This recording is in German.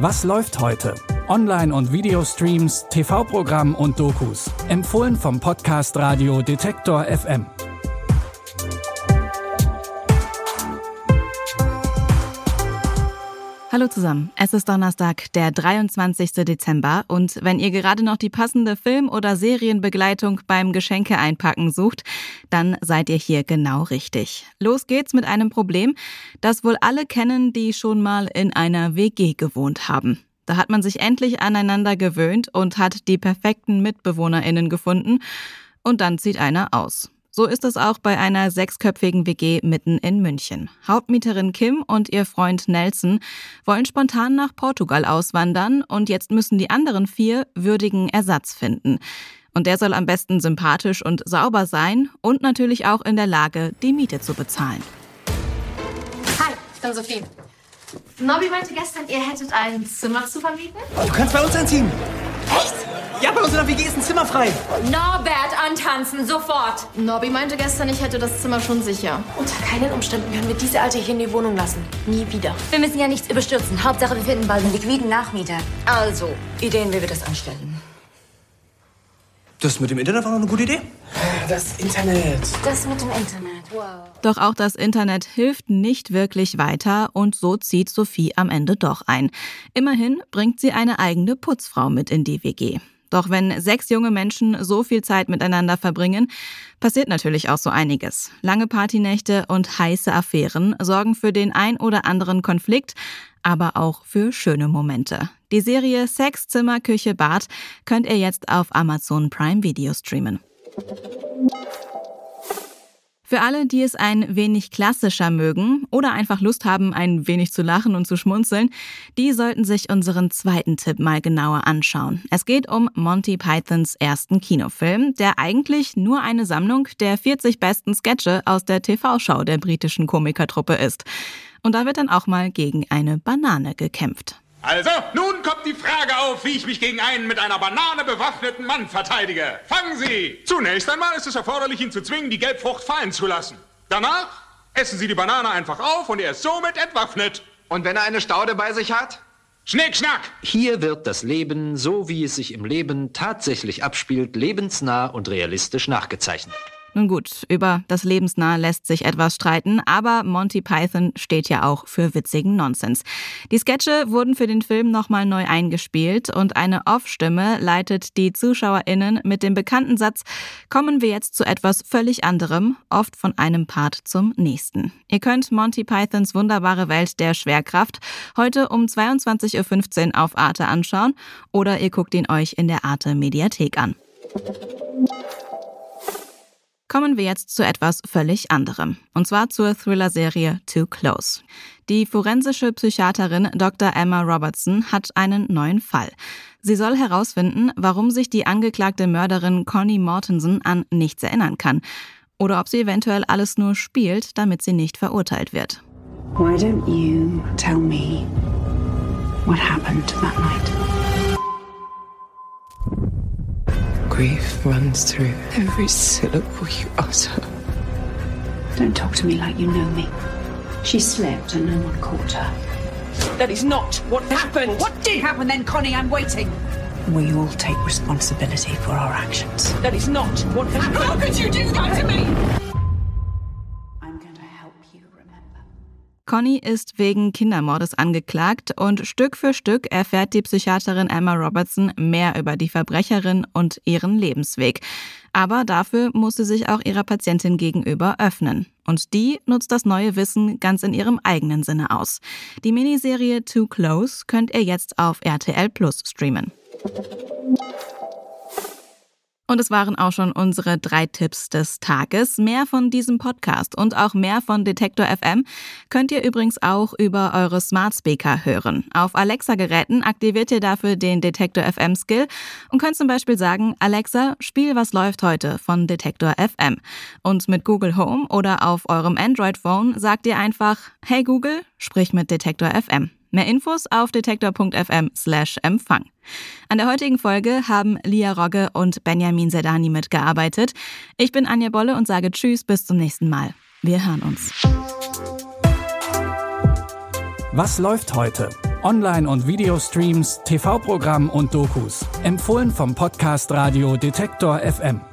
Was läuft heute? Online- und Videostreams, TV-Programm und Dokus. Empfohlen vom Podcast Radio Detektor FM. Hallo zusammen, es ist Donnerstag, der 23. Dezember und wenn ihr gerade noch die passende Film- oder Serienbegleitung beim Geschenke einpacken sucht, dann seid ihr hier genau richtig. Los geht's mit einem Problem, das wohl alle kennen, die schon mal in einer WG gewohnt haben. Da hat man sich endlich aneinander gewöhnt und hat die perfekten MitbewohnerInnen gefunden und dann zieht einer aus. So ist es auch bei einer 6-köpfigen WG mitten in München. Hauptmieterin Kim und ihr Freund Nelson wollen spontan nach Portugal auswandern und jetzt müssen die anderen 4 würdigen Ersatz finden. Und der soll am besten sympathisch und sauber sein und natürlich auch in der Lage, die Miete zu bezahlen. Hi, ich bin Sophie. Nobby meinte gestern, ihr hättet ein Zimmer zu vermieten? Du kannst bei uns einziehen. Echt? Ja, bei uns in der WG ist ein Zimmer frei. Norbert, antanzen, sofort! Nobby meinte gestern, ich hätte das Zimmer schon sicher. Unter keinen Umständen können wir diese Alte hier in die Wohnung lassen. Nie wieder. Wir müssen ja nichts überstürzen. Hauptsache, wir finden bald einen liquiden Nachmieter. Also, Ideen, wie wir das anstellen. Das mit dem Internet war noch eine gute Idee. Das mit dem Internet, wow. Doch auch das Internet hilft nicht wirklich weiter und so zieht Sophie am Ende doch ein. Immerhin bringt sie eine eigene Putzfrau mit in die WG. Doch wenn 6 junge Menschen so viel Zeit miteinander verbringen, passiert natürlich auch so einiges. Lange Partynächte und heiße Affären sorgen für den ein oder anderen Konflikt, aber auch für schöne Momente. Die Serie Sex, Zimmer, Küche, Bad könnt ihr jetzt auf Amazon Prime Video streamen. Für alle, die es ein wenig klassischer mögen oder einfach Lust haben, ein wenig zu lachen und zu schmunzeln, die sollten sich unseren zweiten Tipp mal genauer anschauen. Es geht um Monty Pythons ersten Kinofilm, der eigentlich nur eine Sammlung der 40 besten Sketche aus der TV-Show der britischen Komikertruppe ist. Und da wird dann auch mal gegen eine Banane gekämpft. Also, nun kommt die Frage auf, wie ich mich gegen einen mit einer Banane bewaffneten Mann verteidige. Fangen Sie! Zunächst einmal ist es erforderlich, ihn zu zwingen, die Gelbfrucht fallen zu lassen. Danach essen Sie die Banane einfach auf und er ist somit entwaffnet. Und wenn er eine Staude bei sich hat? Schnick, schnack! Hier wird das Leben, so wie es sich im Leben tatsächlich abspielt, lebensnah und realistisch nachgezeichnet. Nun gut, über das Lebensnahe lässt sich etwas streiten, aber Monty Python steht ja auch für witzigen Nonsens. Die Sketche wurden für den Film nochmal neu eingespielt und eine Off-Stimme leitet die ZuschauerInnen mit dem bekannten Satz: Kommen wir jetzt zu etwas völlig anderem, oft von einem Part zum nächsten. Ihr könnt Monty Pythons wunderbare Welt der Schwerkraft heute um 22.15 Uhr auf Arte anschauen oder ihr guckt ihn euch in der Arte Mediathek an. Kommen wir jetzt zu etwas völlig anderem. Und zwar zur Thriller-Serie Too Close. Die forensische Psychiaterin Dr. Emma Robertson hat einen neuen Fall. Sie soll herausfinden, warum sich die angeklagte Mörderin Connie Mortensen an nichts erinnern kann. Oder ob sie eventuell alles nur spielt, damit sie nicht verurteilt wird. Why don't you tell me what happened that night? Grief runs through every syllable you utter. Don't talk to me like you know me. She slipped and no one caught her. That is not what happened. What did happen then, Connie? I'm waiting. We all take responsibility for our actions. That is not what happened. How could you do that to me? I'm going to help you remember. Connie ist wegen Kindermordes angeklagt und Stück für Stück erfährt die Psychiaterin Emma Robertson mehr über die Verbrecherin und ihren Lebensweg. Aber dafür muss sie sich auch ihrer Patientin gegenüber öffnen. Und die nutzt das neue Wissen ganz in ihrem eigenen Sinne aus. Die Miniserie Too Close könnt ihr jetzt auf RTL Plus streamen. Und es waren auch schon unsere 3 Tipps des Tages. Mehr von diesem Podcast und auch mehr von Detektor FM könnt ihr übrigens auch über eure Smart Speaker hören. Auf Alexa-Geräten aktiviert ihr dafür den Detektor FM Skill und könnt zum Beispiel sagen: Alexa, spiel Was läuft heute von Detektor FM. Und mit Google Home oder auf eurem Android-Phone sagt ihr einfach: Hey Google, sprich mit Detektor FM. Mehr Infos auf detektor.fm/Empfang. An der heutigen Folge haben Lia Rogge und Benjamin Zerdani mitgearbeitet. Ich bin Anja Bolle und sage Tschüss, bis zum nächsten Mal. Wir hören uns. Was läuft heute? Online- und Videostreams, TV-Programm und Dokus. Empfohlen vom Podcast Radio Detektor FM.